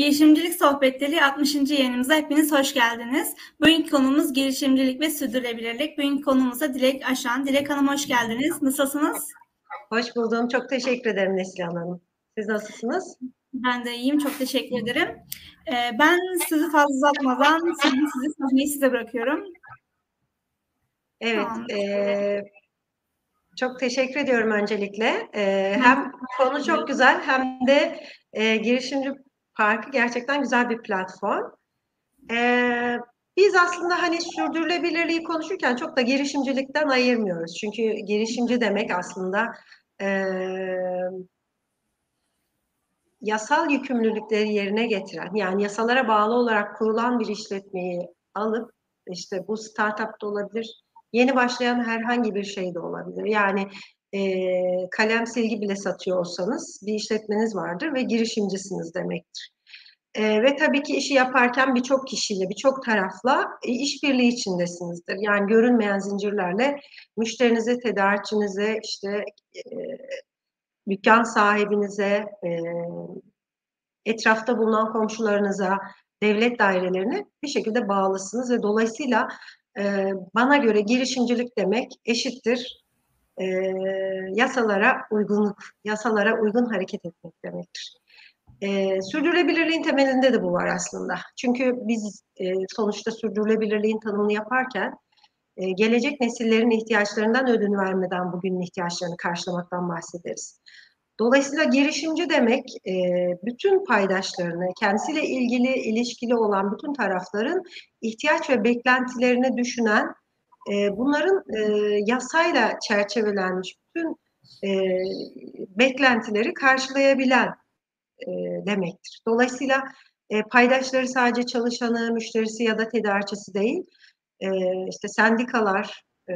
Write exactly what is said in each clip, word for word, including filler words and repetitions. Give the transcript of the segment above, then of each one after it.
Girişimcilik Sohbetleri altmışıncı yayınımıza hepiniz hoş geldiniz. Bugünkü konumuz girişimcilik ve sürdürülebilirlik. Bugünkü konumuza Dilek Aşan. Dilek Hanım hoş geldiniz. Nasılsınız? Hoş buldum. Çok teşekkür ederim Neslihan Hanım. Siz nasılsınız? Ben de iyiyim. Çok teşekkür ederim. Ee, ben sizi fazla uzatmadan sizi, sizi sahneyi size bırakıyorum. Evet. Tamam. E, çok teşekkür ediyorum öncelikle. E, hem konu çok güzel hem de e, Girişimci Parkı gerçekten güzel bir platform. E, biz aslında hani sürdürülebilirliği konuşurken çok da girişimcilikten ayırmıyoruz. Çünkü girişimci demek aslında e, yasal yükümlülükleri yerine getiren, yani yasalara bağlı olarak kurulan bir işletmeyi alıp, işte bu startup da olabilir, yeni başlayan herhangi bir şey de olabilir. Yani e, kalem silgi bile satıyor olsanız bir işletmeniz vardır ve girişimcisiniz demektir. E, ve tabii ki işi yaparken birçok kişiyle, birçok tarafla e, işbirliği içindesinizdir. Yani görünmeyen zincirlerle müşterinize, tedarikçinize, işte e, dükkan sahibinize, e, etrafta bulunan komşularınıza, devlet dairelerine bir şekilde bağlısınız ve dolayısıyla e, bana göre girişimcilik demek eşittir e, yasalara uygunluk, yasalara uygun hareket etmek demektir. E, sürdürülebilirliğin temelinde de bu var aslında. Çünkü biz e, sonuçta sürdürülebilirliğin tanımını yaparken e, gelecek nesillerin ihtiyaçlarından ödün vermeden bugünün ihtiyaçlarını karşılamaktan bahsederiz. Dolayısıyla girişimci demek e, bütün paydaşlarını, kendisiyle ilgili, ilişkili olan bütün tarafların ihtiyaç ve beklentilerini düşünen, e, bunların e, yasayla çerçevelenmiş bütün e, beklentileri karşılayabilen e, demektir. Dolayısıyla e, paydaşları sadece çalışanı, müşterisi ya da tedarikçisi değil, e, işte sendikalar, e,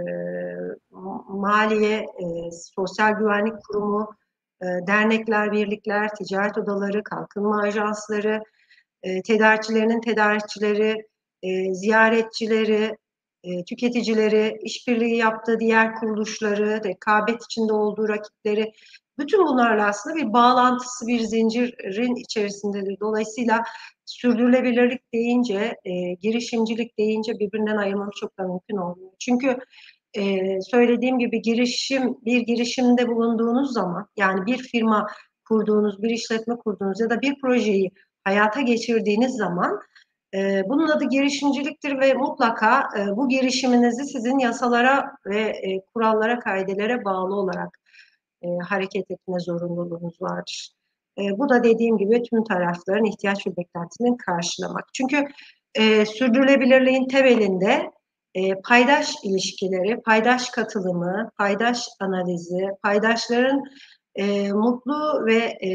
maliye, e, sosyal güvenlik kurumu, e, dernekler, birlikler, ticaret odaları, kalkınma ajansları, e, tedarikçilerinin tedarikçileri, e, ziyaretçileri, e, tüketicileri, işbirliği yaptığı diğer kuruluşları, rekabet içinde olduğu rakipleri, bütün bunlarla aslında bir bağlantısı, bir zincirin içerisindedir. Dolayısıyla sürdürülebilirlik deyince, e, girişimcilik deyince birbirinden ayırmamız çok da mümkün olmuyor. Çünkü e, söylediğim gibi girişim, bir girişimde bulunduğunuz zaman, yani bir firma kurduğunuz, bir işletme kurduğunuz ya da bir projeyi hayata geçirdiğiniz zaman e, bunun adı girişimciliktir ve mutlaka e, bu girişiminizi sizin yasalara ve e, kurallara, kaidelere bağlı olarak e, hareket etme zorunluluğunuz vardır. E, bu da dediğim gibi tüm tarafların ihtiyaç ve beklentisini karşılamak. Çünkü e, sürdürülebilirliğin temelinde e, paydaş ilişkileri, paydaş katılımı, paydaş analizi, paydaşların e, mutlu ve e,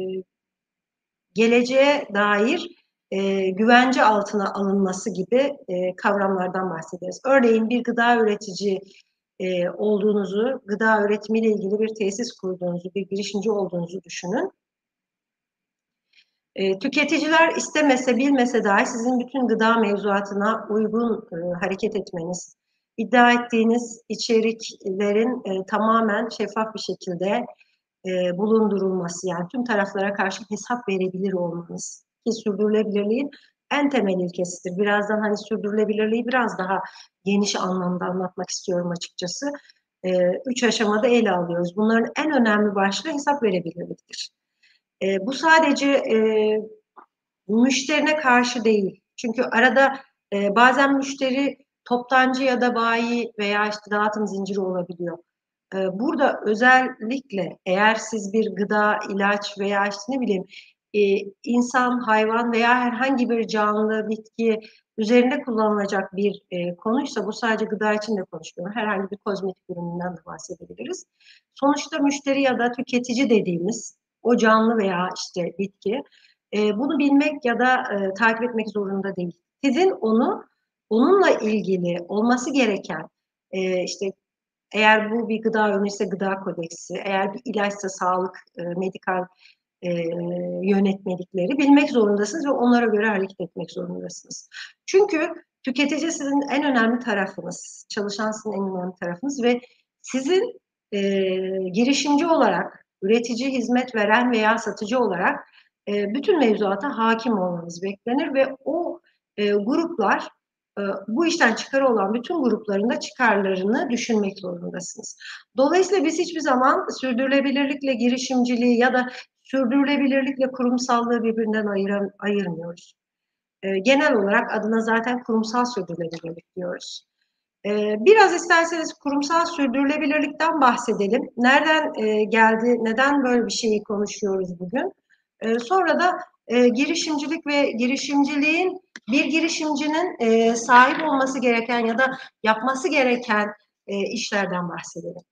geleceğe dair e, güvence altına alınması gibi e, kavramlardan bahsederiz. Örneğin bir gıda üretici e, olduğunuzu, gıda üretimiyle ilgili bir tesis kurduğunuzu, bir girişimci olduğunuzu düşünün. E, tüketiciler istemese bilmese dahi sizin bütün gıda mevzuatına uygun e, hareket etmeniz, iddia ettiğiniz içeriklerin e, tamamen şeffaf bir şekilde e, bulundurulması, yani tüm taraflara karşı hesap verebilir olmanız ki sürdürülebilirliğin en temel ilkesidir. Birazdan hani sürdürülebilirliği biraz daha geniş anlamda anlatmak istiyorum açıkçası. E, üç aşamada ele alıyoruz. Bunların en önemli başlığı hesap verebilirliktir. E, bu sadece e, müşterine karşı değil. Çünkü arada e, bazen müşteri toptancı ya da bayi veya işte dağıtım zinciri olabiliyor. E, burada özellikle eğer siz bir gıda, ilaç veya işte ne bileyim e, insan, hayvan veya herhangi bir canlı, bitki üzerinde kullanılacak bir e, konuysa, bu sadece gıda için de konuşmuyorum. Herhangi bir kozmetik ürününden de bahsedebiliriz. Sonuçta müşteri ya da tüketici dediğimiz o canlı veya işte bitki e, bunu bilmek ya da e, takip etmek zorunda değil. Sizin onu onunla ilgili olması gereken e, işte eğer bu bir gıda ürünü ise gıda kodeksi, eğer bir ilaçsa sağlık, e, medikal e, yönetmelikleri bilmek zorundasınız ve onlara göre hareket etmek zorundasınız. Çünkü tüketici sizin en önemli tarafınız, çalışan sizin en önemli tarafınız ve sizin e, girişimci olarak, üretici, hizmet veren veya satıcı olarak e, bütün mevzuata hakim olmanız beklenir ve o e, gruplar e, bu işten çıkarı olan bütün grupların da çıkarlarını düşünmek zorundasınız. Dolayısıyla biz hiçbir zaman sürdürülebilirlikle girişimciliği ya da sürdürülebilirlikle kurumsallığı birbirinden ayıran, ayırmıyoruz. E, genel olarak adına zaten kurumsal sürdürülebilirlik diyoruz. E, biraz isterseniz kurumsal sürdürülebilirlikten bahsedelim. Nereden e, geldi, neden böyle bir şeyi konuşuyoruz bugün? E, sonra da e, girişimcilik ve girişimciliğin bir girişimcinin e, sahip olması gereken ya da yapması gereken e, işlerden bahsedelim.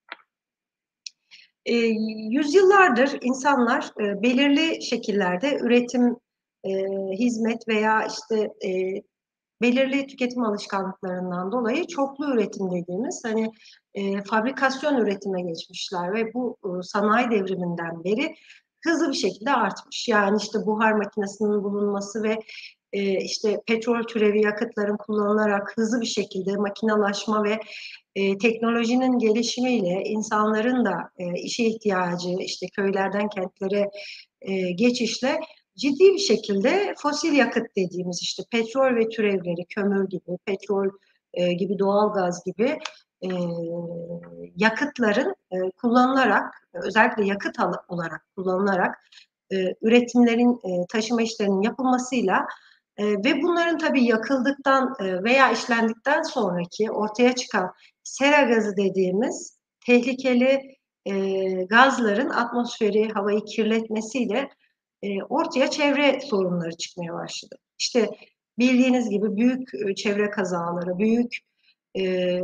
E, yüzyıllardır insanlar e, belirli şekillerde üretim, e, hizmet veya işte e, belirli tüketim alışkanlıklarından dolayı çoklu üretim dediğimiz hani e, fabrikasyon üretime geçmişler ve bu e, sanayi devriminden beri hızlı bir şekilde artmış. Yani işte buhar makinesinin bulunması ve e, işte petrol türevi yakıtların kullanılarak hızlı bir şekilde makinalaşma ve e, teknolojinin gelişimiyle insanların da e, işe ihtiyacı, işte köylerden kentlere e, geçişle ciddi bir şekilde fosil yakıt dediğimiz işte petrol ve türevleri, kömür gibi, petrol e, gibi, doğal gaz gibi e, yakıtların e, kullanılarak, özellikle yakıt olarak kullanılarak e, üretimlerin, e, taşıma işlerinin yapılmasıyla e, ve bunların tabii yakıldıktan e, veya işlendikten sonraki ortaya çıkan sera gazı dediğimiz tehlikeli e, gazların atmosferi, havayı kirletmesiyle e, ortaya çevre sorunları çıkmaya başladı. İşte bildiğiniz gibi büyük e, çevre kazaları, büyük e,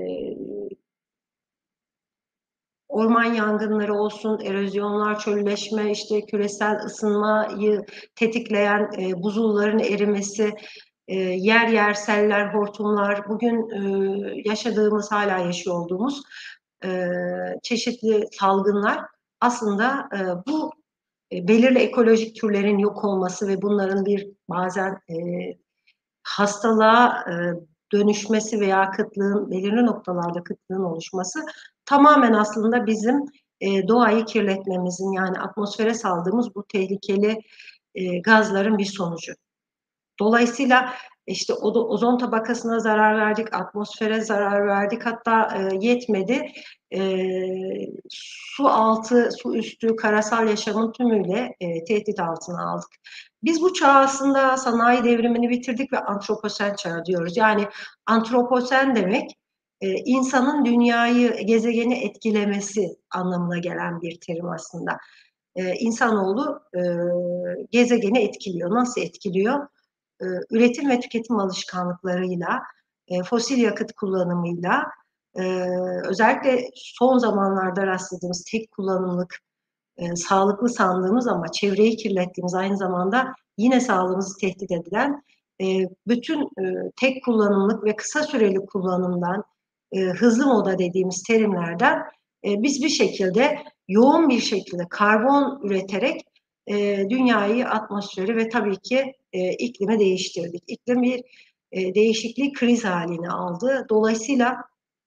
orman yangınları olsun, erozyonlar, çölleşme, işte küresel ısınmayı tetikleyen e, buzulların erimesi, e, yer yer seller, hortumlar, bugün e, yaşadığımız, hala yaşıyor olduğumuz e, çeşitli salgınlar aslında e, bu e, belirli ekolojik türlerin yok olması ve bunların bir bazen e, hastalığa e, dönüşmesi veya kıtlığın, belirli noktalarda kıtlığın oluşması tamamen aslında bizim e, doğayı kirletmemizin, yani atmosfere saldığımız bu tehlikeli e, gazların bir sonucu. Dolayısıyla işte ozon tabakasına zarar verdik, atmosfere zarar verdik, hatta e, yetmedi. E, su altı, su üstü, karasal yaşamın tümüyle e, tehdit altına aldık. Biz bu çağ aslında sanayi devrimini bitirdik ve antroposen çağı diyoruz. Yani antroposen demek e, insanın dünyayı, gezegeni etkilemesi anlamına gelen bir terim aslında. E, insanoğlu e, gezegeni etkiliyor. Nasıl etkiliyor? E, üretim ve tüketim alışkanlıklarıyla, e, fosil yakıt kullanımıyla, e, özellikle son zamanlarda rastladığımız tek kullanımlık, e, sağlıklı sandığımız ama çevreyi kirlettiğimiz, aynı zamanda yine sağlığımızı tehdit edilen e, bütün e, tek kullanımlık ve kısa süreli kullanımdan, e, hızlı moda dediğimiz terimlerden e, biz bir şekilde yoğun bir şekilde karbon üreterek e, dünyayı, atmosferi ve tabii ki e, iklimi değiştirdik. İklim bir e, değişiklik kriz halini aldı. Dolayısıyla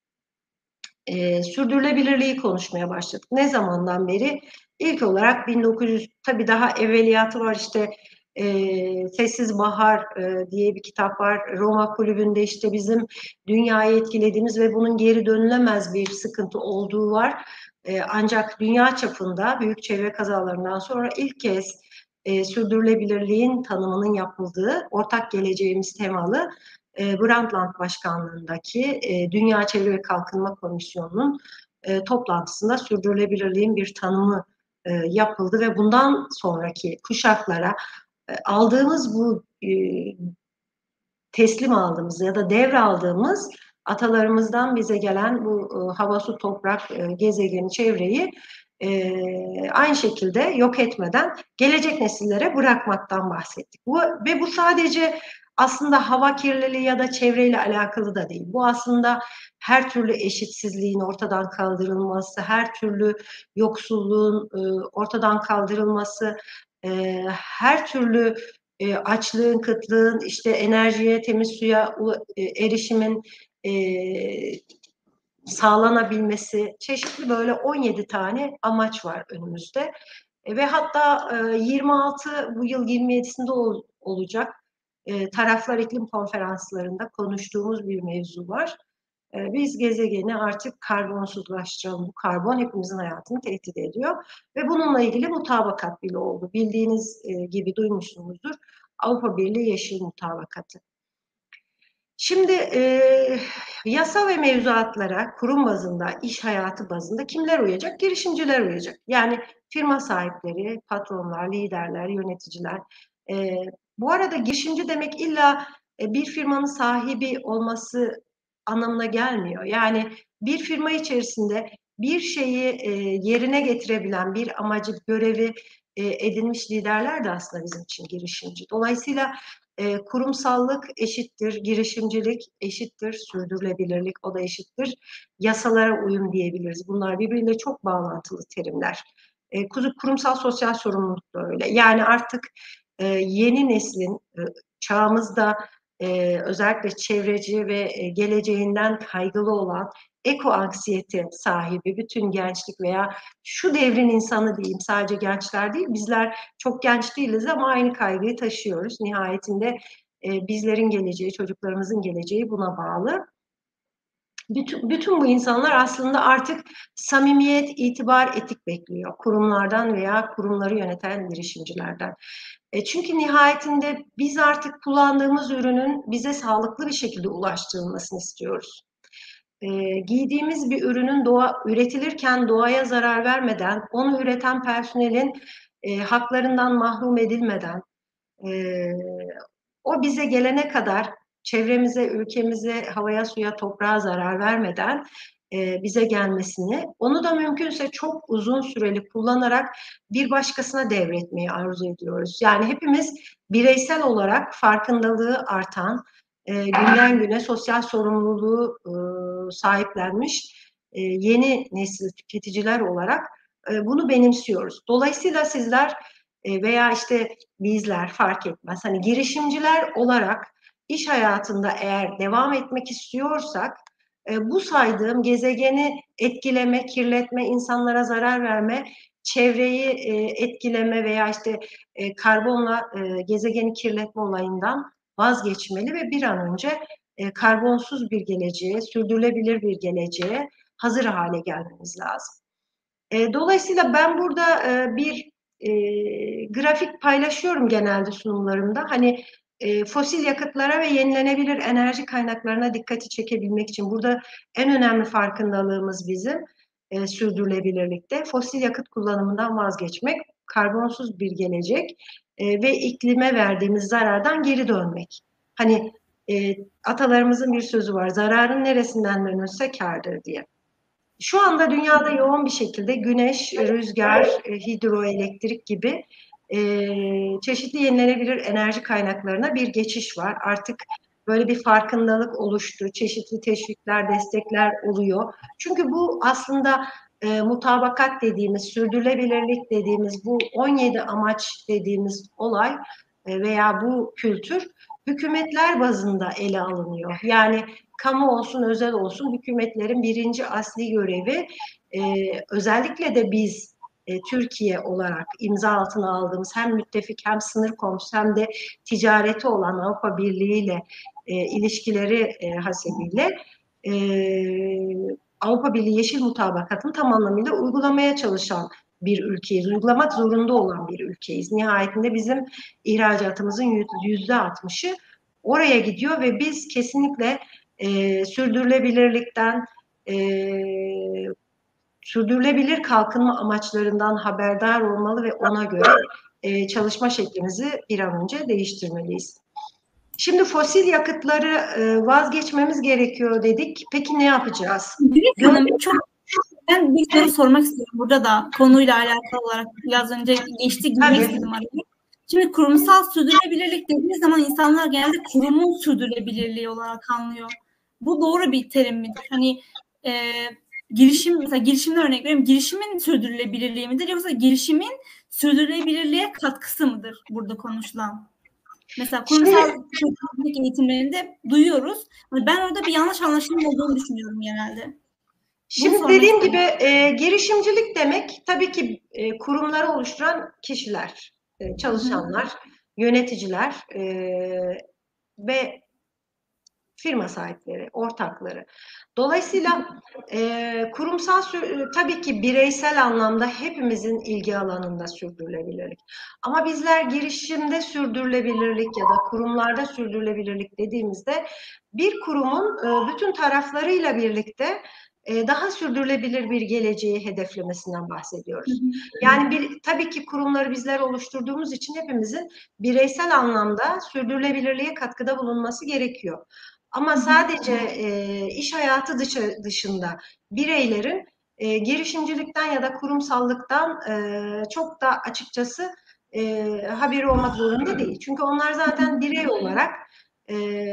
e, sürdürülebilirliği konuşmaya başladık. Ne zamandan beri? İlk olarak bin dokuz yüz, tabii daha evveliyatı var, işte e, Sessiz Bahar e, diye bir kitap var. Roma Kulübü'nde işte bizim dünyayı etkilediğimiz ve bunun geri dönülemez bir sıkıntı olduğu var. E, ancak dünya çapında büyük çevre kazalarından sonra ilk kez e, sürdürülebilirliğin tanımının yapıldığı, ortak geleceğimiz temalı e, Brundtland Başkanlığındaki e, Dünya Çevre ve Kalkınma Komisyonu'nun e, toplantısında sürdürülebilirliğin bir tanımı e, yapıldı ve bundan sonraki kuşaklara e, aldığımız bu e, teslim aldığımız ya da devraldığımız atalarımızdan bize gelen bu e, hava, su, toprak, e, gezegeni, çevreyi e, aynı şekilde yok etmeden gelecek nesillere bırakmaktan bahsettik. Bu, ve bu sadece aslında hava kirliliği ya da çevreyle alakalı da değil. Bu aslında her türlü eşitsizliğin ortadan kaldırılması, her türlü yoksulluğun e, ortadan kaldırılması, e, her türlü e, açlığın, kıtlığın, işte enerjiye, temiz suya e, erişimin e, sağlanabilmesi, çeşitli böyle on yedi tane amaç var önümüzde. E, ve hatta e, yirmi altı bu yıl yirmi yedisinde ol, olacak e, taraflar iklim konferanslarında konuştuğumuz bir mevzu var. E, biz gezegeni artık karbonsuzlaştıralım. Bu karbon hepimizin hayatını tehdit ediyor ve bununla ilgili mutabakat bile oldu. Bildiğiniz e, gibi duymuşsunuzdur. Avrupa Birliği Yeşil Mutabakatı. Şimdi e, yasa ve mevzuatlara kurum bazında, iş hayatı bazında kimler uyacak? Girişimciler uyacak. Yani firma sahipleri, patronlar, liderler, yöneticiler. E, bu arada girişimci demek illa e, bir firmanın sahibi olması anlamına gelmiyor. Yani bir firma içerisinde bir şeyi e, yerine getirebilen, bir amacı, görevi e, edinmiş liderler de aslında bizim için girişimci. Dolayısıyla E, kurumsallık eşittir, girişimcilik eşittir, sürdürülebilirlik o da eşittir. Yasalara uyum diyebiliriz. Bunlar birbiriyle çok bağlantılı terimler. E, kurumsal sosyal sorumluluk da öyle. Yani artık e, yeni neslin e, çağımızda e, özellikle çevreci ve e, geleceğinden kaygılı olan eko anksiyete sahibi bütün gençlik veya şu devrin insanı diyeyim, sadece gençler değil, bizler çok genç değiliz ama aynı kaygıyı taşıyoruz. Nihayetinde e, bizlerin geleceği, çocuklarımızın geleceği buna bağlı. Bütün, bütün bu insanlar aslında artık samimiyet, itibar, etik bekliyor kurumlardan veya kurumları yöneten girişimcilerden. E çünkü nihayetinde biz artık kullandığımız ürünün bize sağlıklı bir şekilde ulaştırılmasını istiyoruz. E, giydiğimiz bir ürünün doğa, üretilirken doğaya zarar vermeden, onu üreten personelin e, haklarından mahrum edilmeden, e, o bize gelene kadar çevremize, ülkemize, havaya, suya, toprağa zarar vermeden e, bize gelmesini, onu da mümkünse çok uzun süreli kullanarak bir başkasına devretmeyi arzu ediyoruz. Yani hepimiz bireysel olarak farkındalığı artan, e, günden güne sosyal sorumluluğu e, sahiplenmiş e, yeni nesil tüketiciler olarak e, bunu benimsiyoruz. Dolayısıyla sizler e, veya işte bizler fark etmez. Hani girişimciler olarak iş hayatında eğer devam etmek istiyorsak e, bu saydığım gezegeni etkileme, kirletme, insanlara zarar verme, çevreyi e, etkileme veya işte e, karbonla e, gezegeni kirletme olayından vazgeçmeli ve bir an önce e, karbonsuz bir geleceğe, sürdürülebilir bir geleceğe hazır hale gelmemiz lazım. E, dolayısıyla ben burada e, bir e, grafik paylaşıyorum genelde sunumlarımda. Hani e, fosil yakıtlara ve yenilenebilir enerji kaynaklarına dikkati çekebilmek için burada en önemli farkındalığımız bizim e, sürdürülebilirlikte fosil yakıt kullanımından vazgeçmek, karbonsuz bir gelecek e, ve iklime verdiğimiz zarardan geri dönmek. Hani e, atalarımızın bir sözü var, zararın neresinden dönülse kârdır diye. Şu anda dünyada yoğun bir şekilde güneş, rüzgar, hidroelektrik gibi e, çeşitli yenilenebilir enerji kaynaklarına bir geçiş var. Artık böyle bir farkındalık oluştu. Çeşitli teşvikler, destekler oluyor. Çünkü bu aslında e, mutabakat dediğimiz, sürdürülebilirlik dediğimiz, bu on yedi amaç dediğimiz olay e, veya bu kültür hükümetler bazında ele alınıyor. Yani kamu olsun, özel olsun hükümetlerin birinci asli görevi e, özellikle de biz e, Türkiye olarak imza altına aldığımız hem müttefik hem sınır komşusu hem de ticareti olan Avrupa Birliği ile e, ilişkileri e, hasebiyle e, Avrupa Birliği Yeşil Mutabakatı'nı tam anlamıyla uygulamaya çalışan bir ülkeyiz. Uygulamak zorunda olan bir ülkeyiz. Nihayetinde bizim ihracatımızın yüzde altmışı oraya gidiyor ve biz kesinlikle e, sürdürülebilirlikten, e, sürdürülebilir kalkınma amaçlarından haberdar olmalı ve ona göre e, çalışma şeklimizi bir an önce değiştirmeliyiz. Şimdi fosil yakıtları e, vazgeçmemiz gerekiyor dedik. Peki ne yapacağız? Dilek Hanım, çok ben bir soru sormak istiyorum. Burada da konuyla alakalı olarak biraz önce geçti, girmek istedim araya. Şimdi kurumsal sürdürülebilirlik dediğiniz zaman insanlar genelde kurumun sürdürülebilirliği olarak anlıyor. Bu doğru bir terim midir? Hani e, girişim, mesela girişimden örnek vereyim. Girişimin sürdürülebilirliği midir yoksa girişimin sürdürülebilirliğe katkısı mıdır burada konuşulan? Mesela kurumsal sürdürülebilirlik eğitimlerinde duyuyoruz. Ben orada bir yanlış anlaşılma olduğunu düşünüyorum genelde. Şimdi dediğim gibi e, girişimcilik demek tabii ki e, kurumları oluşturan kişiler, e, çalışanlar, hı hı. yöneticiler e, ve firma sahipleri, ortakları. Dolayısıyla e, kurumsal tabii ki bireysel anlamda hepimizin ilgi alanında sürdürülebilirlik. Ama bizler girişimde sürdürülebilirlik ya da kurumlarda sürdürülebilirlik dediğimizde bir kurumun e, bütün taraflarıyla birlikte e, daha sürdürülebilir bir geleceği hedeflemesinden bahsediyoruz. Yani bir, tabii ki kurumları bizler oluşturduğumuz için hepimizin bireysel anlamda sürdürülebilirliğe katkıda bulunması gerekiyor. Ama sadece e, iş hayatı dışı, dışında bireylerin e, girişimcilikten ya da kurumsallıktan e, çok da açıkçası e, haberi olmak zorunda değil. Çünkü onlar zaten birey olarak e,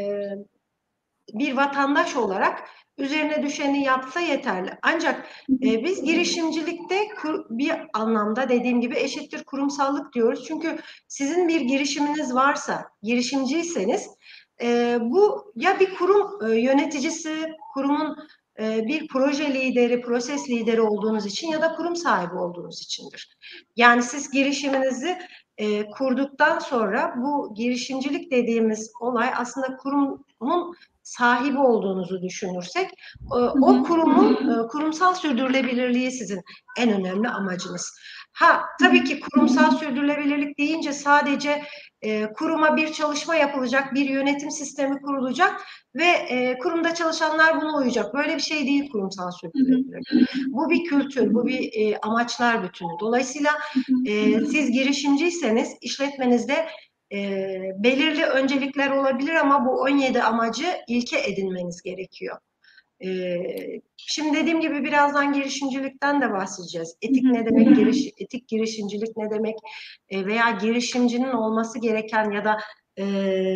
bir vatandaş olarak üzerine düşeni yapsa yeterli. Ancak e, biz girişimcilikte kur, bir anlamda dediğim gibi eşittir kurumsallık diyoruz. Çünkü sizin bir girişiminiz varsa, girişimciyseniz e, bu ya bir kurum e, yöneticisi, kurumun e, bir proje lideri, proses lideri olduğunuz için ya da kurum sahibi olduğunuz içindir. Yani siz girişiminizi e, kurduktan sonra bu girişimcilik dediğimiz olay aslında kurumun sahibi olduğunuzu düşünürsek o kurumun kurumsal sürdürülebilirliği sizin en önemli amacınız. Ha tabii ki kurumsal sürdürülebilirlik deyince sadece e, kuruma bir çalışma yapılacak, bir yönetim sistemi kurulacak ve e, kurumda çalışanlar buna uyacak. Böyle bir şey değil kurumsal sürdürülebilirlik. Bu bir kültür, bu bir e, amaçlar bütünü. Dolayısıyla e, siz girişimciyseniz işletmenizde e, belirli öncelikler olabilir ama bu on yedi amacı ilke edinmeniz gerekiyor. E, şimdi dediğim gibi birazdan girişimcilikten de bahsedeceğiz. Etik ne demek, giriş, etik girişimcilik ne demek e, veya girişimcinin olması gereken ya da e,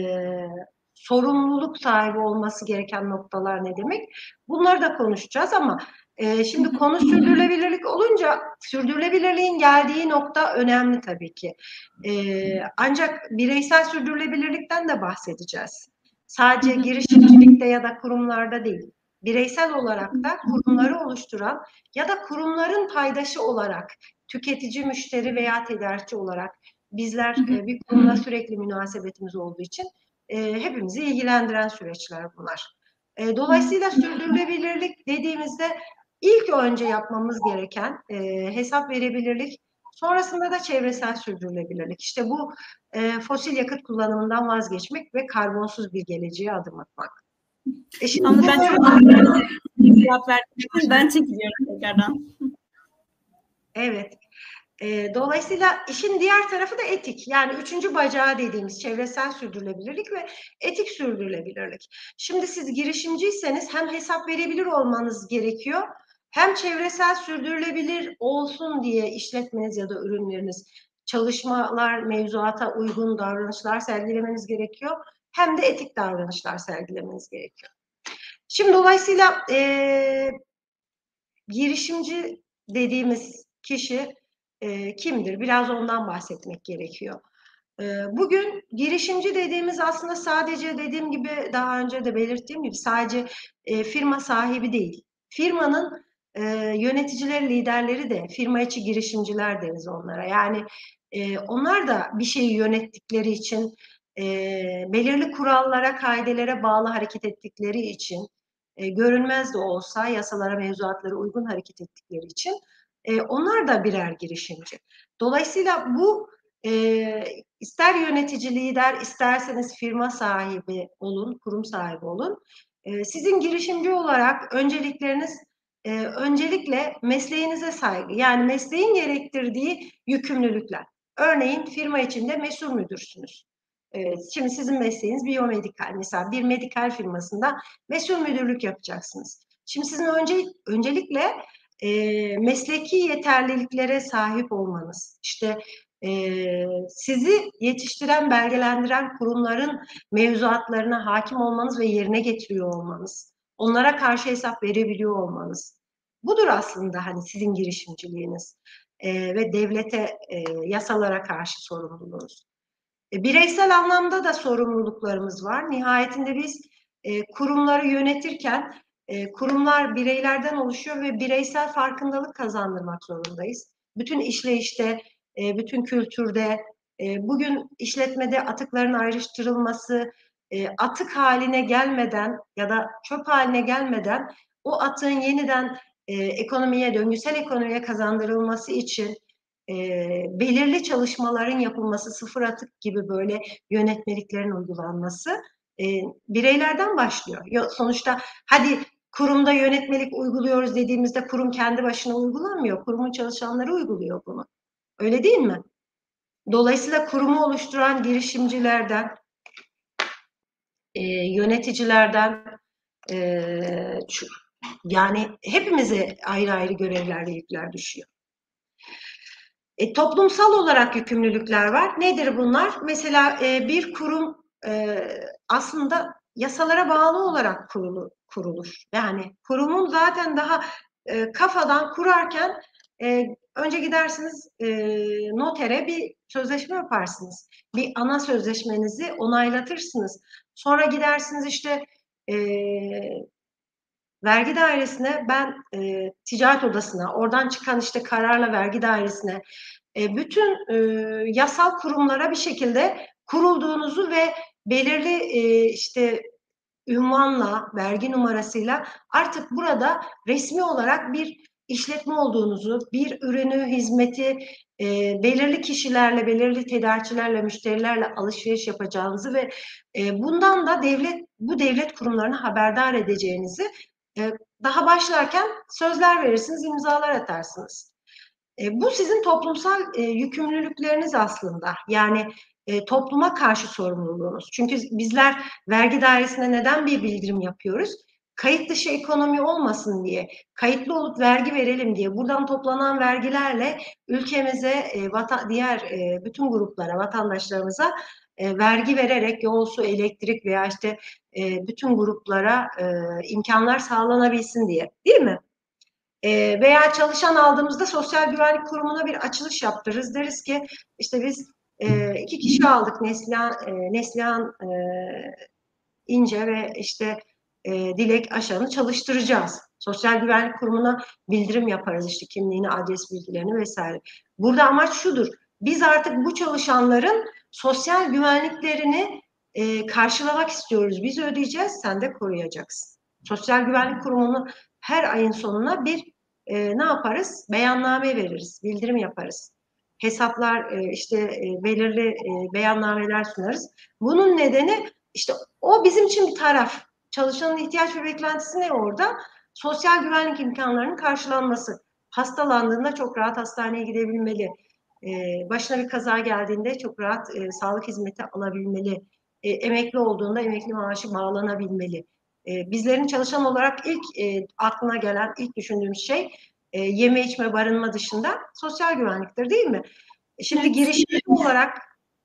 sorumluluk sahibi olması gereken noktalar ne demek? Bunları da konuşacağız ama e, şimdi konu sürdürülebilirlik olunca sürdürülebilirliğin geldiği nokta önemli tabii ki. E, ancak bireysel sürdürülebilirlikten de bahsedeceğiz. Sadece girişimcilikte ya da kurumlarda değil. Bireysel olarak da kurumları oluşturan ya da kurumların paydaşı olarak tüketici, müşteri veya tedarikçi olarak bizler e, bir kurumla sürekli münasebetimiz olduğu için e, hepimizi ilgilendiren süreçler bunlar. E, dolayısıyla sürdürülebilirlik dediğimizde ilk önce yapmamız gereken e, hesap verebilirlik, sonrasında da çevresel sürdürülebilirlik. İşte bu e, fosil yakıt kullanımından vazgeçmek ve karbonsuz bir geleceğe adım atmak. E şimdi Ama ben çok cevap verdim. Ben çekiliyorum tekrardan. Evet. E, dolayısıyla işin diğer tarafı da etik. Yani üçüncü bacağı dediğimiz çevresel sürdürülebilirlik ve etik sürdürülebilirlik. Şimdi siz girişimciyseniz hem hesap verebilir olmanız gerekiyor, hem çevresel sürdürülebilir olsun diye işletmeniz ya da ürünleriniz, çalışmalar, mevzuata uygun davranışlar sergilemeniz gerekiyor, hem de etik davranışlar sergilemeniz gerekiyor. Şimdi dolayısıyla e, girişimci dediğimiz kişi e, kimdir? Biraz ondan bahsetmek gerekiyor. E, bugün girişimci dediğimiz aslında sadece dediğim gibi daha önce de belirttiğim gibi sadece e, firma sahibi değil. Firmanın e, yöneticileri, liderleri de firma içi girişimciler deriz onlara. Yani e, onlar da bir şeyi yönettikleri için, e, belirli kurallara, kaidelere bağlı hareket ettikleri için, e, görünmez de olsa yasalara, mevzuatlara uygun hareket ettikleri için e, onlar da birer girişimci. Dolayısıyla bu e, ister yönetici, lider, isterseniz firma sahibi olun, kurum sahibi olun. E, sizin girişimci olarak öncelikleriniz e, öncelikle mesleğinize saygı, yani mesleğin gerektirdiği yükümlülükler. Örneğin firma içinde mesul müdürsünüz. Evet, şimdi sizin mesleğiniz biyomedikal. Mesela bir medikal firmasında mesul müdürlük yapacaksınız. Şimdi sizin önce, öncelikle e, mesleki yeterliliklere sahip olmanız, işte e, sizi yetiştiren, belgelendiren kurumların mevzuatlarına hakim olmanız ve yerine getiriyor olmanız, onlara karşı hesap verebiliyor olmanız. Budur aslında hani sizin girişimciliğiniz e, ve devlete, e, yasalara karşı sorumluluğunuz. E, bireysel anlamda da sorumluluklarımız var. Nihayetinde biz e, kurumları yönetirken E, kurumlar bireylerden oluşuyor ve bireysel farkındalık kazandırmak zorundayız. Bütün işleyişte, e, bütün kültürde, e, bugün işletmede atıkların ayrıştırılması, e, atık haline gelmeden ya da çöp haline gelmeden o atığın yeniden e, ekonomiye, döngüsel ekonomiye kazandırılması için e, belirli çalışmaların yapılması, sıfır atık gibi böyle yönetmeliklerin uygulanması e, bireylerden başlıyor. Sonuçta hadi kurumda yönetmelik uyguluyoruz dediğimizde kurum kendi başına uygulamıyor. Kurumun çalışanları uyguluyor bunu. Öyle değil mi? Dolayısıyla kurumu oluşturan girişimcilerden, e, yöneticilerden, e, yani hepimize ayrı ayrı görevler ve yükler düşüyor. E, toplumsal olarak yükümlülükler var. Nedir bunlar? Mesela e, bir kurum e, aslında yasalara bağlı olarak kurulu, kurulur. Yani kurumun zaten daha e, kafadan kurarken e, önce gidersiniz e, notere bir sözleşme yaparsınız. Bir ana sözleşmenizi onaylatırsınız. Sonra gidersiniz işte e, vergi dairesine, ben e, ticaret odasına, oradan çıkan işte kararla vergi dairesine, e, bütün e, yasal kurumlara bir şekilde kurulduğunuzu ve belirli e, işte ünvanla, vergi numarasıyla artık burada resmi olarak bir işletme olduğunuzu, bir ürünü, hizmeti e, belirli kişilerle, belirli tedarikçilerle, müşterilerle alışveriş yapacağınızı ve e, bundan da devlet, bu devlet kurumlarını haberdar edeceğinizi e, daha başlarken sözler verirsiniz, imzalar atarsınız. E, bu sizin toplumsal e, yükümlülükleriniz aslında. Yani e, topluma karşı sorumluluğunuz. Çünkü bizler vergi dairesine neden bir bildirim yapıyoruz? Kayıt dışı ekonomi olmasın diye, kayıtlı olup vergi verelim diye, buradan toplanan vergilerle ülkemize, e, vata, diğer e, bütün gruplara, vatandaşlarımıza e, vergi vererek yol, su, elektrik veya işte e, bütün gruplara e, imkanlar sağlanabilsin diye, değil mi? E, veya çalışan aldığımızda Sosyal Güvenlik Kurumu'na bir açılış yaptırırız. Deriz ki işte biz e, iki kişi aldık, Neslihan, e, Neslihan e, İnce ve işte e, Dilek Aşan'ı çalıştıracağız. Sosyal Güvenlik Kurumu'na bildirim yaparız, işte kimliğini, adres bilgilerini vesaire. Burada amaç şudur: biz artık bu çalışanların sosyal güvenliklerini e, karşılamak istiyoruz. Biz ödeyeceğiz, sen de koruyacaksın. Sosyal Güvenlik Kurumu'nu her ayın sonuna bir e, ne yaparız? Beyanname veririz, bildirim yaparız. Hesaplar, e, işte e, belirli e, beyannameler sunarız. Bunun nedeni işte o bizim için bir taraf. Çalışanın ihtiyaç ve beklentisi ne orada? Sosyal güvenlik imkanlarının karşılanması. Hastalandığında çok rahat hastaneye gidebilmeli. Ee, başına bir kaza geldiğinde çok rahat e, sağlık hizmeti alabilmeli. E, emekli olduğunda emekli maaşı bağlanabilmeli. E, bizlerin çalışan olarak ilk e, aklına gelen, ilk düşündüğümüz şey e, yeme içme barınma dışında sosyal güvenliktir, değil mi? E, şimdi evet. Girişimci olarak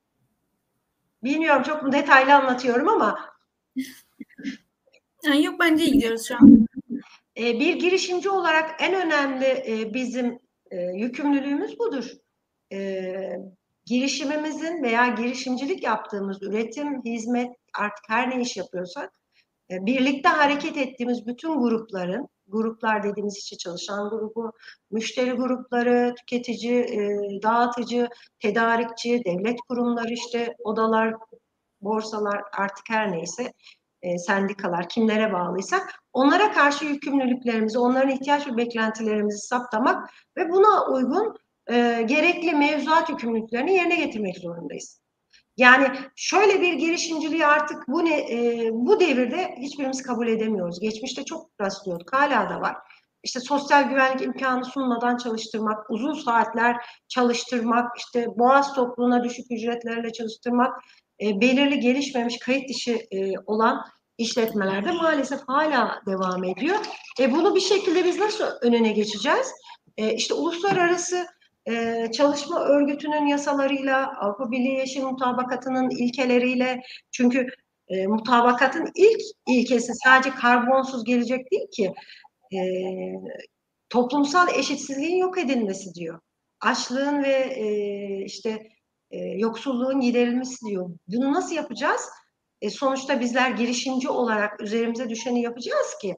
bilmiyorum çok mu detaylı anlatıyorum ama yani yok, bence iyi gidiyoruz şu an. E, bir girişimci olarak en önemli e, bizim e, yükümlülüğümüz budur. E, girişimimizin veya girişimcilik yaptığımız üretim, hizmet, artık her ne iş yapıyorsak e, birlikte hareket ettiğimiz bütün grupların, gruplar dediğimiz işte çalışan grubu, müşteri grupları, tüketici, e, dağıtıcı, tedarikçi, devlet kurumları, işte odalar, borsalar, artık her neyse, e, sendikalar, kimlere bağlıysak onlara karşı yükümlülüklerimizi, onların ihtiyaç ve beklentilerimizi saptamak ve buna uygun e, gerekli mevzuat yükümlülüklerini yerine getirmek zorundayız. Yani şöyle bir girişimciliği artık bu ne, e, bu devirde hiçbirimiz kabul edemiyoruz. Geçmişte çok rastlıyorduk, hala da var. İşte sosyal güvenlik imkanı sunmadan çalıştırmak, uzun saatler çalıştırmak, işte boğaz topluğuna düşük ücretlerle çalıştırmak, e, belirli gelişmemiş kayıt dışı e, olan işletmelerde maalesef hala devam ediyor. E, bunu bir şekilde biz nasıl önüne geçeceğiz? E, işte uluslararası e, çalışma örgütünün yasalarıyla, Avrupa Birliği Yeşil Mutabakatı'nın ilkeleriyle, çünkü e, mutabakatın ilk ilkesi sadece karbonsuz gelecek değil ki, e, toplumsal eşitsizliğin yok edilmesi diyor. Açlığın ve e, işte e, yoksulluğun giderilmesi diyor. Bunu nasıl yapacağız? E, sonuçta bizler girişimci olarak üzerimize düşeni yapacağız ki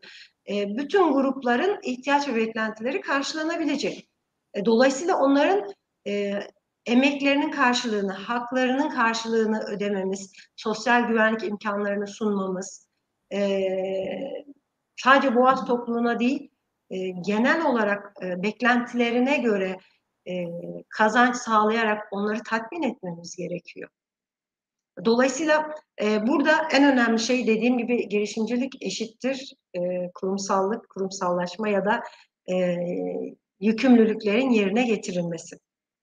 e, bütün grupların ihtiyaç ve beklentileri karşılanabilecek. E, dolayısıyla onların e, emeklerinin karşılığını, haklarının karşılığını ödememiz, sosyal güvenlik imkanlarını sunmamız, e, sadece Boğaz topluluğuna değil, e, genel olarak e, beklentilerine göre e, kazanç sağlayarak onları tatmin etmemiz gerekiyor. Dolayısıyla e, burada en önemli şey, dediğim gibi, girişimcilik eşittir e, kurumsallık, kurumsallaşma ya da e, yükümlülüklerin yerine getirilmesi.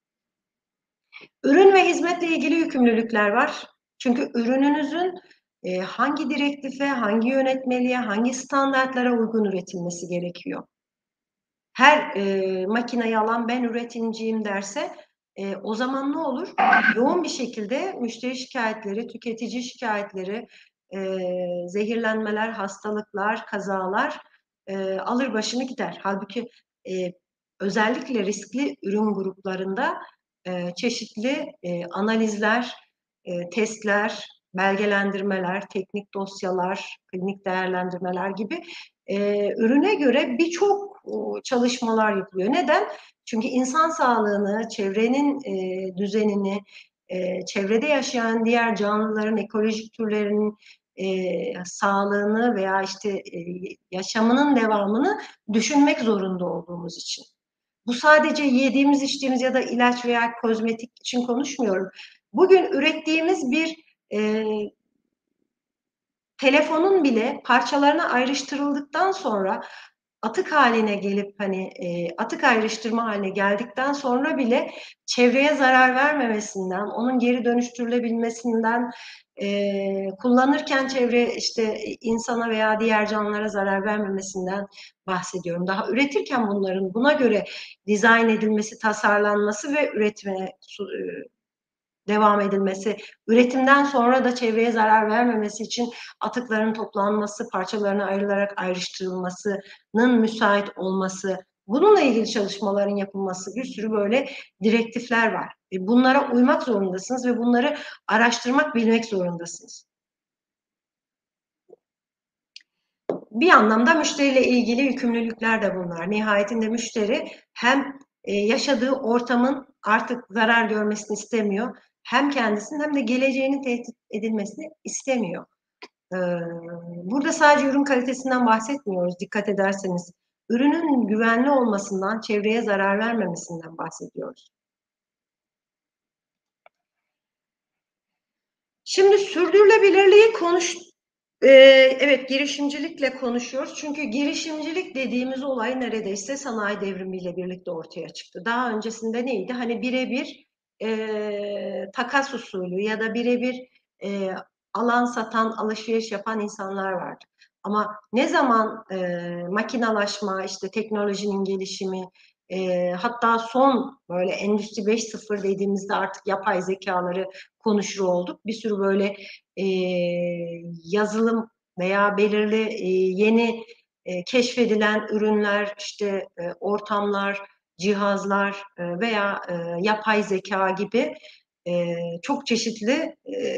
Ürün ve hizmetle ilgili yükümlülükler var. Çünkü ürününüzün e, hangi direktife, hangi yönetmeliğe, hangi standartlara uygun üretilmesi gerekiyor. Her e, makineyi alan ben üreticiyim derse e, o zaman ne olur? Yoğun bir şekilde müşteri şikayetleri, tüketici şikayetleri, e, zehirlenmeler, hastalıklar, kazalar e, alır başını gider. Halbuki e, özellikle riskli ürün gruplarında e, çeşitli e, analizler, e, testler, belgelendirmeler, teknik dosyalar, klinik değerlendirmeler gibi e, ürüne göre birçok çalışmalar yapılıyor. Neden? Çünkü insan sağlığını, çevrenin e, düzenini, e, çevrede yaşayan diğer canlıların, ekolojik türlerinin e, sağlığını veya işte e, yaşamının devamını düşünmek zorunda olduğumuz için. Bu sadece yediğimiz, içtiğimiz ya da ilaç veya kozmetik için konuşmuyorum. Bugün ürettiğimiz bir e, telefonun bile parçalarına ayrıştırıldıktan sonra atık haline gelip hani e, atık ayrıştırma haline geldikten sonra bile çevreye zarar vermemesinden, onun geri dönüştürülebilmesinden, e, kullanırken çevre işte insana veya diğer canlılara zarar vermemesinden bahsediyorum. Daha üretirken bunların buna göre dizayn edilmesi, tasarlanması ve üretmeye devam edilmesi, üretimden sonra da çevreye zarar vermemesi için atıkların toplanması, parçalarına ayrılarak ayrıştırılmasının müsait olması, bununla ilgili çalışmaların yapılması, bir sürü böyle direktifler var. Bunlara uymak zorundasınız ve bunları araştırmak, bilmek zorundasınız. Bir anlamda müşteriyle ilgili yükümlülükler de bunlar. Nihayetinde müşteri hem yaşadığı ortamın artık zarar görmesini istemiyor, hem kendisinin hem de geleceğini tehdit edilmesini istemiyor. Burada sadece ürün kalitesinden bahsetmiyoruz, dikkat ederseniz. Ürünün güvenli olmasından, çevreye zarar vermemesinden bahsediyoruz. Şimdi sürdürülebilirliği konuş, ee, evet, girişimcilikle konuşuyoruz. Çünkü girişimcilik dediğimiz olay neredeyse sanayi devrimiyle birlikte ortaya çıktı. Daha öncesinde neydi? Hani birebir e, takas usulü ya da birebir e, alan satan, alışveriş yapan insanlar vardı. Ama ne zaman e, makinalaşma, işte teknolojinin gelişimi, e, hatta son böyle Endüstri beş nokta sıfır dediğimizde artık yapay zekaları konuşur olduk. Bir sürü böyle e, yazılım veya belirli e, yeni e, keşfedilen ürünler, işte e, ortamlar, cihazlar e, veya e, yapay zeka gibi e, çok çeşitli e,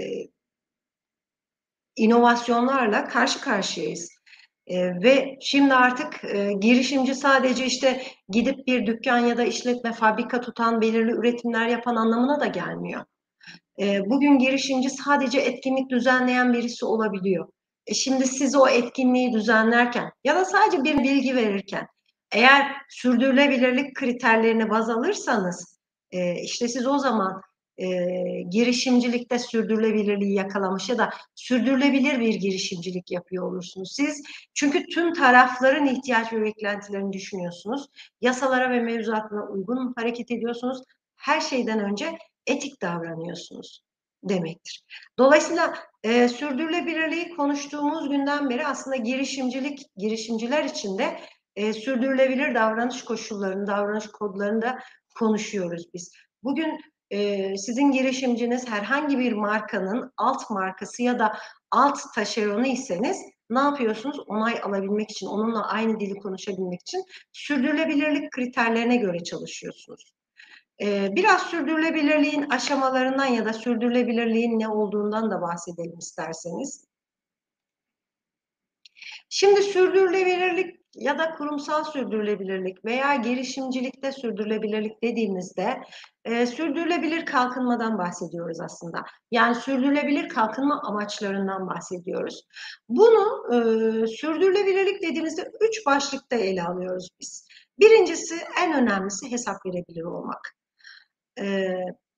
inovasyonlarla karşı karşıyayız. E, ve şimdi artık e, girişimci sadece işte gidip bir dükkan ya da işletme, fabrika tutan, belirli üretimler yapan anlamına da gelmiyor. E, bugün girişimci sadece etkinlik düzenleyen birisi olabiliyor. E, şimdi siz o etkinliği düzenlerken ya da sadece bir bilgi verirken eğer sürdürülebilirlik kriterlerini baz alırsanız e, işte siz o zaman e, girişimcilikte sürdürülebilirliği yakalamış ya da sürdürülebilir bir girişimcilik yapıyor olursunuz. Siz çünkü tüm tarafların ihtiyaç ve beklentilerini düşünüyorsunuz. Yasalara ve mevzuatına uygun hareket ediyorsunuz. Her şeyden önce etik davranıyorsunuz demektir. Dolayısıyla e, sürdürülebilirliği konuştuğumuz günden beri aslında girişimcilik, girişimciler için de e, sürdürülebilir davranış koşullarını, davranış kodlarını da konuşuyoruz biz. Bugün e, sizin girişimciniz herhangi bir markanın alt markası ya da alt taşeronu iseniz ne yapıyorsunuz? Onay alabilmek için, onunla aynı dili konuşabilmek için sürdürülebilirlik kriterlerine göre çalışıyorsunuz. Biraz sürdürülebilirliğin aşamalarından ya da sürdürülebilirliğin ne olduğundan da bahsedelim isterseniz. Şimdi sürdürülebilirlik ya da kurumsal sürdürülebilirlik veya girişimcilikte sürdürülebilirlik dediğimizde e, sürdürülebilir kalkınmadan bahsediyoruz aslında. Yani sürdürülebilir kalkınma amaçlarından bahsediyoruz. Bunu e, sürdürülebilirlik dediğimizde üç başlıkta ele alıyoruz biz. Birincisi, en önemlisi hesap verebilir olmak. E,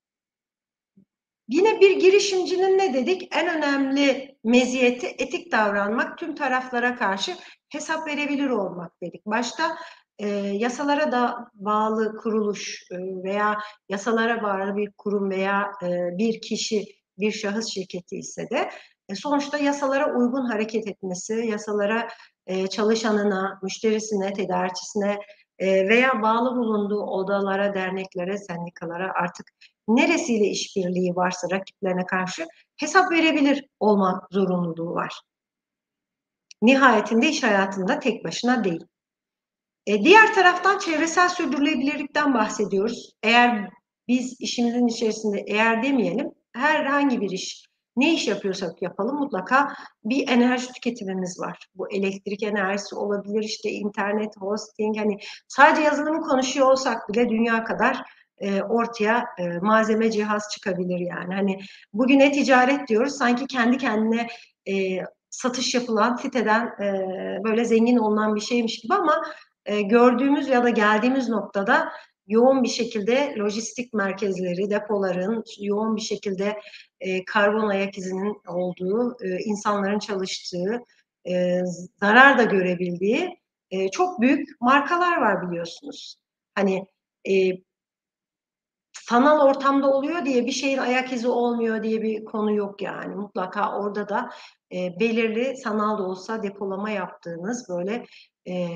Yine bir girişimcinin ne dedik? En önemli meziyeti etik davranmak, tüm taraflara karşı hesap verebilir olmak dedik. Başta e, yasalara da bağlı kuruluş e, veya yasalara bağlı bir kurum veya e, bir kişi, bir şahıs şirketi ise de e, sonuçta yasalara uygun hareket etmesi, yasalara e, çalışanına, müşterisine, tedarikçisine e, veya bağlı bulunduğu odalara, derneklere, sendikalara artık neresiyle işbirliği varsa rakiplerine karşı hesap verebilir olmak zorunluluğu var. Nihayetinde iş hayatında tek başına değil. E, diğer taraftan çevresel sürdürülebilirlikten bahsediyoruz. Eğer biz işimizin içerisinde eğer demeyelim, herhangi bir iş, ne iş yapıyorsak yapalım mutlaka bir enerji tüketimimiz var. Bu elektrik enerjisi olabilir, işte internet, hosting, hani sadece yazılımı konuşuyor olsak bile dünya kadar e, ortaya e, malzeme, cihaz çıkabilir yani. Hani bugün e-ticaret diyoruz, sanki kendi kendine e, satış yapılan siteden e, böyle zengin olunan bir şeymiş gibi ama e, gördüğümüz ya da geldiğimiz noktada yoğun bir şekilde lojistik merkezleri, depoların yoğun bir şekilde e, karbon ayak izinin olduğu, e, insanların çalıştığı, e, zarar da görebildiği e, çok büyük markalar var biliyorsunuz. Hani e, sanal ortamda oluyor diye bir şeyin ayak izi olmuyor diye bir konu yok yani. Mutlaka orada da e, belirli sanal da olsa depolama yaptığınız böyle e,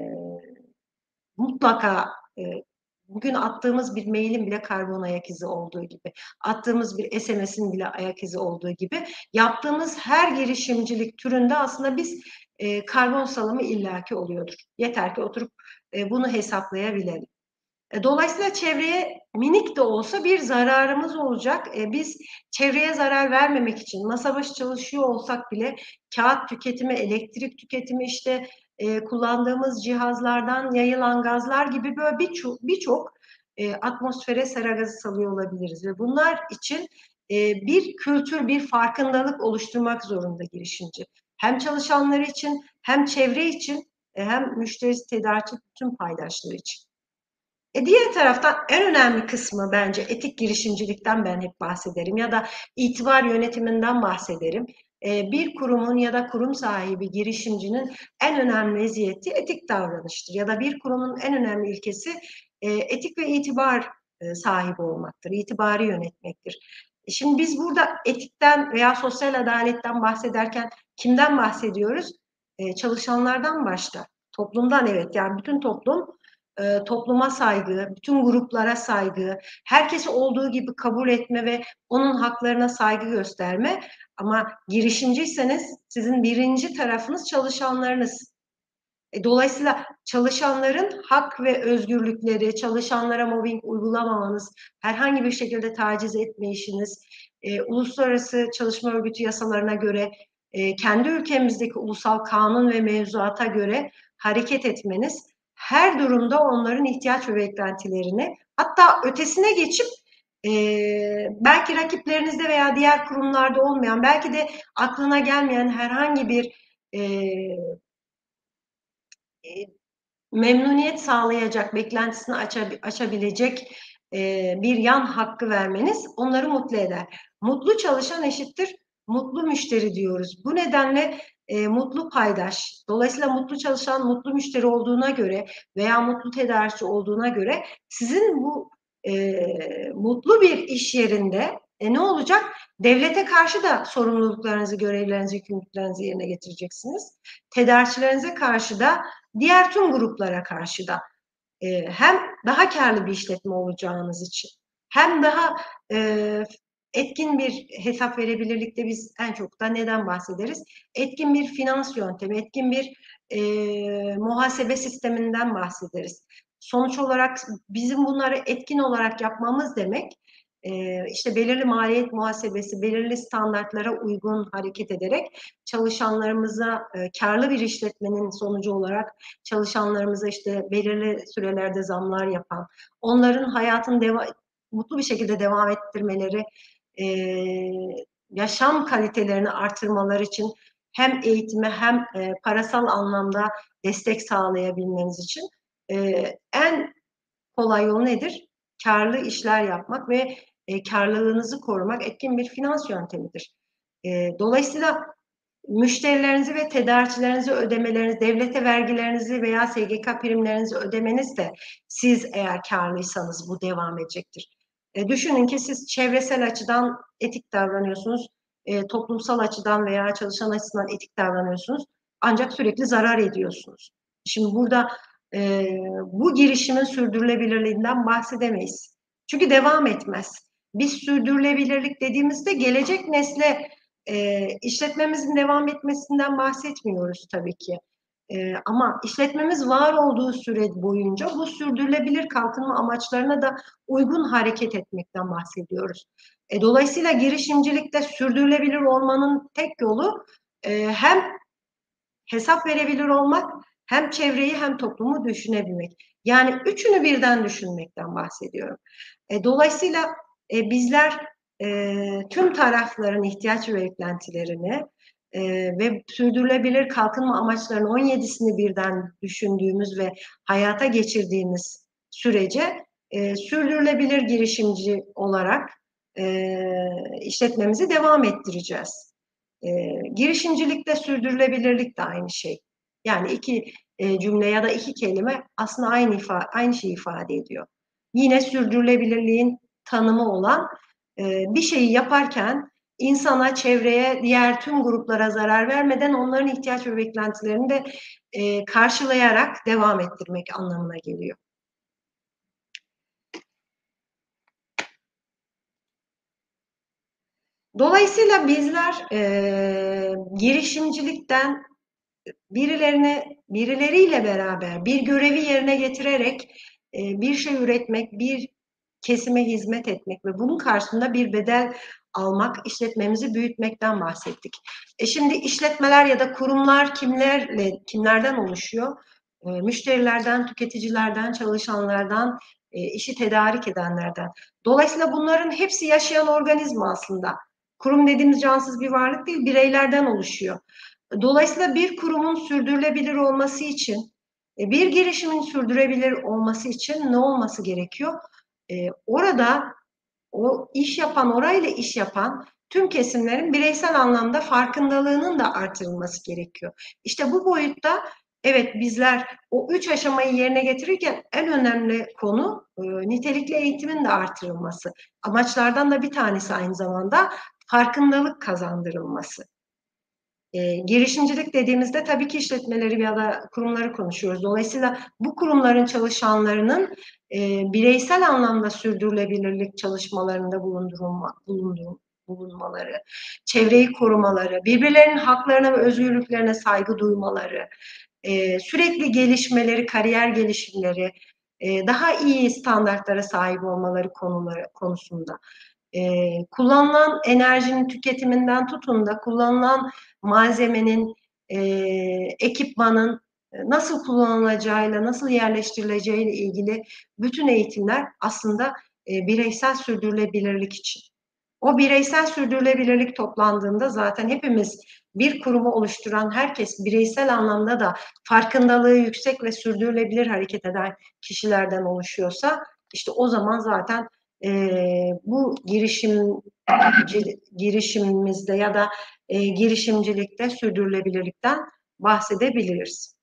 mutlaka e, bugün attığımız bir mailin bile karbon ayak izi olduğu gibi, attığımız bir S M S'in bile ayak izi olduğu gibi yaptığımız her girişimcilik türünde aslında biz e, karbon salımı illaki oluyordur. Yeter ki oturup e, bunu hesaplayabilelim. E, dolayısıyla çevreye minik de olsa bir zararımız olacak. E, biz çevreye zarar vermemek için masa başı çalışıyor olsak bile kağıt tüketimi, elektrik tüketimi, işte e, kullandığımız cihazlardan yayılan gazlar gibi böyle birçok birçok e, atmosfere sera gazı salıyor olabiliriz ve bunlar için e, bir kültür, bir farkındalık oluşturmak zorunda girişimci. Hem çalışanları için, hem çevre için, e, hem müşterisi, tedarikçi, tüm paydaşları için. E diğer taraftan en önemli kısmı bence etik girişimcilikten ben hep bahsederim ya da itibar yönetiminden bahsederim. E, bir kurumun ya da kurum sahibi girişimcinin en önemli meziyeti etik davranıştır ya da bir kurumun en önemli ilkesi e, etik ve itibar e, sahibi olmaktır, itibarı yönetmektir. E şimdi biz burada etikten veya sosyal adaletten bahsederken kimden bahsediyoruz? E, çalışanlardan başta, toplumdan, evet, yani bütün toplum e, topluma saygı, bütün gruplara saygı, herkesi olduğu gibi kabul etme ve onun haklarına saygı gösterme. Ama girişimciyseniz sizin birinci tarafınız çalışanlarınız. E, dolayısıyla çalışanların hak ve özgürlükleri, çalışanlara mobbing uygulamamanız, herhangi bir şekilde taciz etmeyişiniz, e, uluslararası çalışma örgütü yasalarına göre, e, kendi ülkemizdeki ulusal kanun ve mevzuata göre hareket etmeniz, her durumda onların ihtiyaç ve beklentilerini, hatta ötesine geçip e, belki rakiplerinizde veya diğer kurumlarda olmayan, belki de aklına gelmeyen herhangi bir e, e, memnuniyet sağlayacak, beklentisini açabilecek e, bir yan hakkı vermeniz onları mutlu eder. Mutlu çalışan eşittir mutlu müşteri diyoruz. Bu nedenle e, mutlu paydaş, dolayısıyla mutlu çalışan mutlu müşteri olduğuna göre veya mutlu tedarikçi olduğuna göre sizin bu e, mutlu bir iş yerinde e, ne olacak? Devlete karşı da sorumluluklarınızı, görevlerinizi, yükümlülüklerinizi yerine getireceksiniz. Tedarikçilerinize karşı da, diğer tüm gruplara karşı da e, hem daha karlı bir işletme olacağınız için hem daha e, etkin bir hesap verebilirlikte biz en çok da neden bahsederiz? Etkin bir finans yöntemi, etkin bir e, muhasebe sisteminden bahsederiz. Sonuç olarak bizim bunları etkin olarak yapmamız demek e, işte belirli maliyet muhasebesi, belirli standartlara uygun hareket ederek çalışanlarımıza e, karlı bir işletmenin sonucu olarak çalışanlarımıza işte belirli sürelerde zamlar yapan, onların hayatını deva mutlu bir şekilde devam ettirmeleri, e, yaşam kalitelerini artırmaları için hem eğitime hem e, parasal anlamda destek sağlayabilmeniz için e, en kolay yol nedir? Karlı işler yapmak ve e, karlılığınızı korumak etkin bir finans yöntemidir. E, dolayısıyla müşterilerinizi ve tedarikçilerinizi ödemeleriniz, devlete vergilerinizi veya S G K primlerinizi ödemeniz de siz eğer karlıysanız bu devam edecektir. E, düşünün ki siz çevresel açıdan etik davranıyorsunuz, e, toplumsal açıdan veya çalışan açısından etik davranıyorsunuz. Ancak sürekli zarar ediyorsunuz. Şimdi burada e, bu girişimin sürdürülebilirliğinden bahsedemeyiz. Çünkü devam etmez. Biz sürdürülebilirlik dediğimizde gelecek nesle e, işletmemizin devam etmesinden bahsetmiyoruz tabii ki. E, ama işletmemiz var olduğu süre boyunca bu sürdürülebilir kalkınma amaçlarına da uygun hareket etmekten bahsediyoruz. E, dolayısıyla girişimcilikte sürdürülebilir olmanın tek yolu e, hem hesap verebilir olmak, hem çevreyi hem toplumu düşünebilmek. Yani üçünü birden düşünmekten bahsediyorum. E, dolayısıyla e, bizler e, tüm tarafların ihtiyaç ve beklentilerini e, ve sürdürülebilir kalkınma amaçlarının on yedisini birden düşündüğümüz ve hayata geçirdiğimiz sürece e, sürdürülebilir girişimci olarak e, işletmemizi devam ettireceğiz. E, girişimcilikte sürdürülebilirlik de aynı şey. Yani iki e, cümle ya da iki kelime aslında aynı ifa aynı şeyi ifade ediyor. Yine sürdürülebilirliğin tanımı olan e, bir şeyi yaparken insana, çevreye, diğer tüm gruplara zarar vermeden onların ihtiyaç ve beklentilerini de e, karşılayarak devam ettirmek anlamına geliyor. Dolayısıyla bizler e, girişimcilikten birilerine, birileriyle beraber bir görevi yerine getirerek e, bir şey üretmek, bir kesime hizmet etmek ve bunun karşılığında bir bedel almak, işletmemizi büyütmekten bahsettik. E şimdi işletmeler ya da kurumlar kimlerle, kimlerden oluşuyor? E, müşterilerden, tüketicilerden, çalışanlardan, e, işi tedarik edenlerden. Dolayısıyla bunların hepsi yaşayan organizma aslında. Kurum dediğimiz cansız bir varlık değil, bireylerden oluşuyor. Dolayısıyla bir kurumun sürdürülebilir olması için, bir girişimin sürdürülebilir olması için ne olması gerekiyor? Ee, orada o iş yapan, orayla iş yapan tüm kesimlerin bireysel anlamda farkındalığının da artırılması gerekiyor. İşte bu boyutta evet bizler o üç aşamayı yerine getirirken en önemli konu e, nitelikli eğitimin de artırılması. Amaçlardan da bir tanesi aynı zamanda farkındalık kazandırılması. E, girişimcilik dediğimizde tabii ki işletmeleri ya da kurumları konuşuyoruz. Dolayısıyla bu kurumların çalışanlarının e, bireysel anlamda sürdürülebilirlik çalışmalarında bulundurulma, bulundur, bulunmaları, çevreyi korumaları, birbirlerinin haklarına ve özgürlüklerine saygı duymaları, e, sürekli gelişmeleri, kariyer gelişimleri, e, daha iyi standartlara sahip olmaları konuları konusunda. E, kullanılan enerjinin tüketiminden tutun da kullanılan malzemenin, e, ekipmanın nasıl kullanılacağıyla, nasıl yerleştirileceğiyle ilgili bütün eğitimler aslında e, bireysel sürdürülebilirlik için. O bireysel sürdürülebilirlik toplandığında zaten hepimiz bir kurumu oluşturan herkes bireysel anlamda da farkındalığı yüksek ve sürdürülebilir hareket eden kişilerden oluşuyorsa işte o zaman zaten e, bu girişim girişimimizde ya da e, girişimcilikte sürdürülebilirlikten bahsedebiliriz.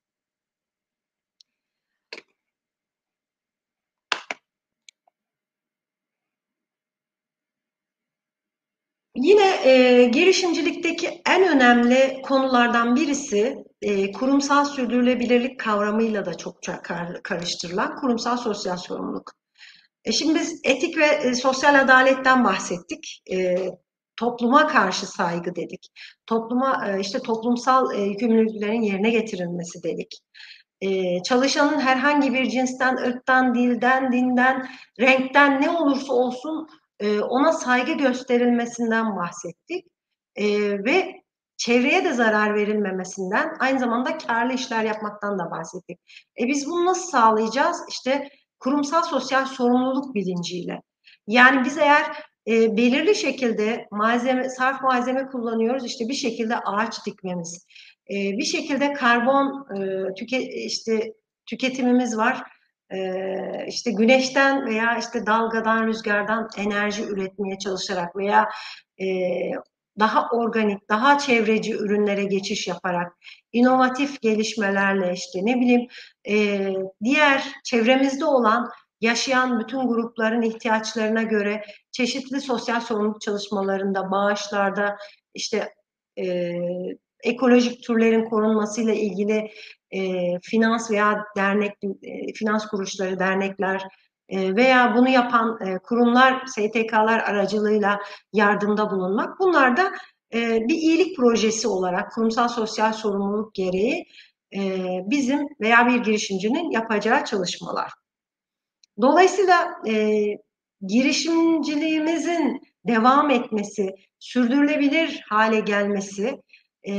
Yine e, girişimcilikteki en önemli konulardan birisi e, kurumsal sürdürülebilirlik kavramıyla da çokça kar, karıştırılan kurumsal sosyal sorumluluk. E şimdi biz etik ve e, sosyal adaletten bahsettik. E, topluma karşı saygı dedik. Topluma e, işte toplumsal e, yükümlülüklerin yerine getirilmesi dedik. E, çalışanın herhangi bir cinsten, ırktan, dilden, dinden, renkten ne olursa olsun e, ona saygı gösterilmesinden bahsettik. E, ve çevreye de zarar verilmemesinden, aynı zamanda karlı işler yapmaktan da bahsettik. E biz bunu nasıl sağlayacağız? İşte kurumsal sosyal sorumluluk bilinciyle. Yani biz eğer e, belirli şekilde malzeme, sarf malzeme kullanıyoruz, işte bir şekilde ağaç dikmemiz, e, bir şekilde karbon e, tüke, işte tüketimimiz var. Ee, işte güneşten veya işte dalgadan, rüzgardan enerji üretmeye çalışarak veya e, daha organik, daha çevreci ürünlere geçiş yaparak, inovatif gelişmelerle işte ne bileyim e, diğer çevremizde olan yaşayan bütün grupların ihtiyaçlarına göre çeşitli sosyal sorumluluk çalışmalarında, bağışlarda, işte e, ekolojik türlerin korunmasıyla ilgili e, finans veya dernek, e, finans kuruluşları, dernekler e, veya bunu yapan e, kurumlar, S T K'lar aracılığıyla yardımda bulunmak. Bunlar da e, bir iyilik projesi olarak kurumsal sosyal sorumluluk gereği e, bizim veya bir girişimcinin yapacağı çalışmalar. Dolayısıyla e, girişimciliğimizin devam etmesi, sürdürülebilir hale gelmesi e,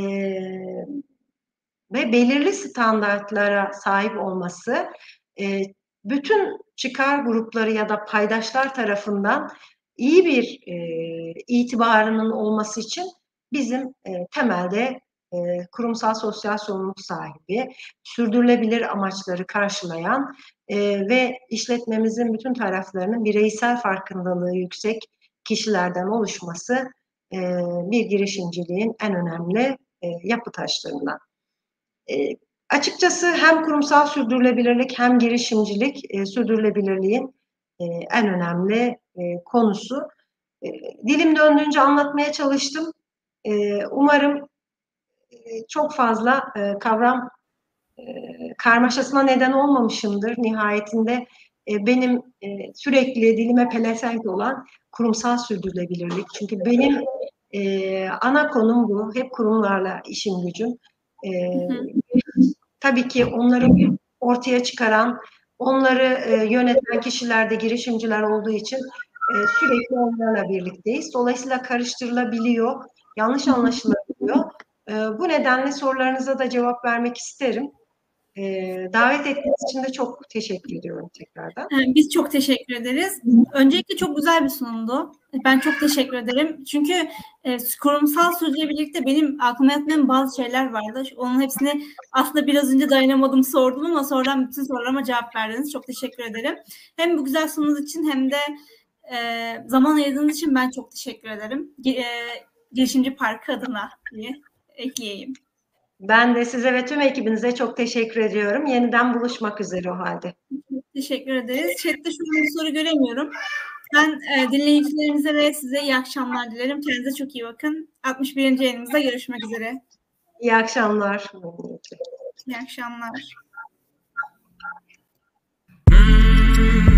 ve belirli standartlara sahip olması e, bütün çıkar grupları ya da paydaşlar tarafından iyi bir e, itibarının olması için bizim e, temelde e, kurumsal sosyal sorumluluk sahibi, sürdürülebilir amaçları karşılayan e, ve işletmemizin bütün taraflarının bireysel farkındalığı yüksek kişilerden oluşması e, bir girişimciliğin en önemli e, yapı taşlarından. E, açıkçası hem kurumsal sürdürülebilirlik hem girişimcilik e, sürdürülebilirliğin e, en önemli e, konusu. E, dilim döndüğünce anlatmaya çalıştım. E, umarım e, çok fazla e, kavram e, karmaşasına neden olmamışımdır. Nihayetinde e, benim e, sürekli dilime pelesenk olan kurumsal sürdürülebilirlik. Çünkü benim e, ana konum bu. Hep kurumlarla işim gücüm. E, tabii ki onları ortaya çıkaran, onları e, yöneten kişiler de girişimciler olduğu için e, sürekli onlarla birlikteyiz. Dolayısıyla karıştırılabiliyor, yanlış anlaşılabiliyor. E, bu nedenle sorularınıza da cevap vermek isterim. E, davet ettiğiniz için de çok teşekkür ediyorum tekrardan. Biz çok teşekkür ederiz. Öncelikle çok güzel bir sunumdu. Ben çok teşekkür ederim. Çünkü e, kurumsal sürdürülebilirlikte benim aklıma yatmayan bazı şeyler vardı. Onun hepsini aslında biraz önce dayanamadım sordum ama sonradan bütün sorularıma cevap verdiniz. Çok teşekkür ederim. Hem bu güzel sunumunuz için hem de e, zaman ayırdığınız için ben çok teşekkür ederim. E, Girişimci Parkı adına diye ekleyeyim. Ben de size ve tüm ekibinize çok teşekkür ediyorum. Yeniden buluşmak üzere o halde. Teşekkür ederiz. Chat'te şu an bir soru göremiyorum. Ben e, dinleyicilerimize ve size iyi akşamlar dilerim. Kendinize çok iyi bakın. altmış birinci yayınımızda görüşmek üzere. İyi akşamlar. İyi akşamlar.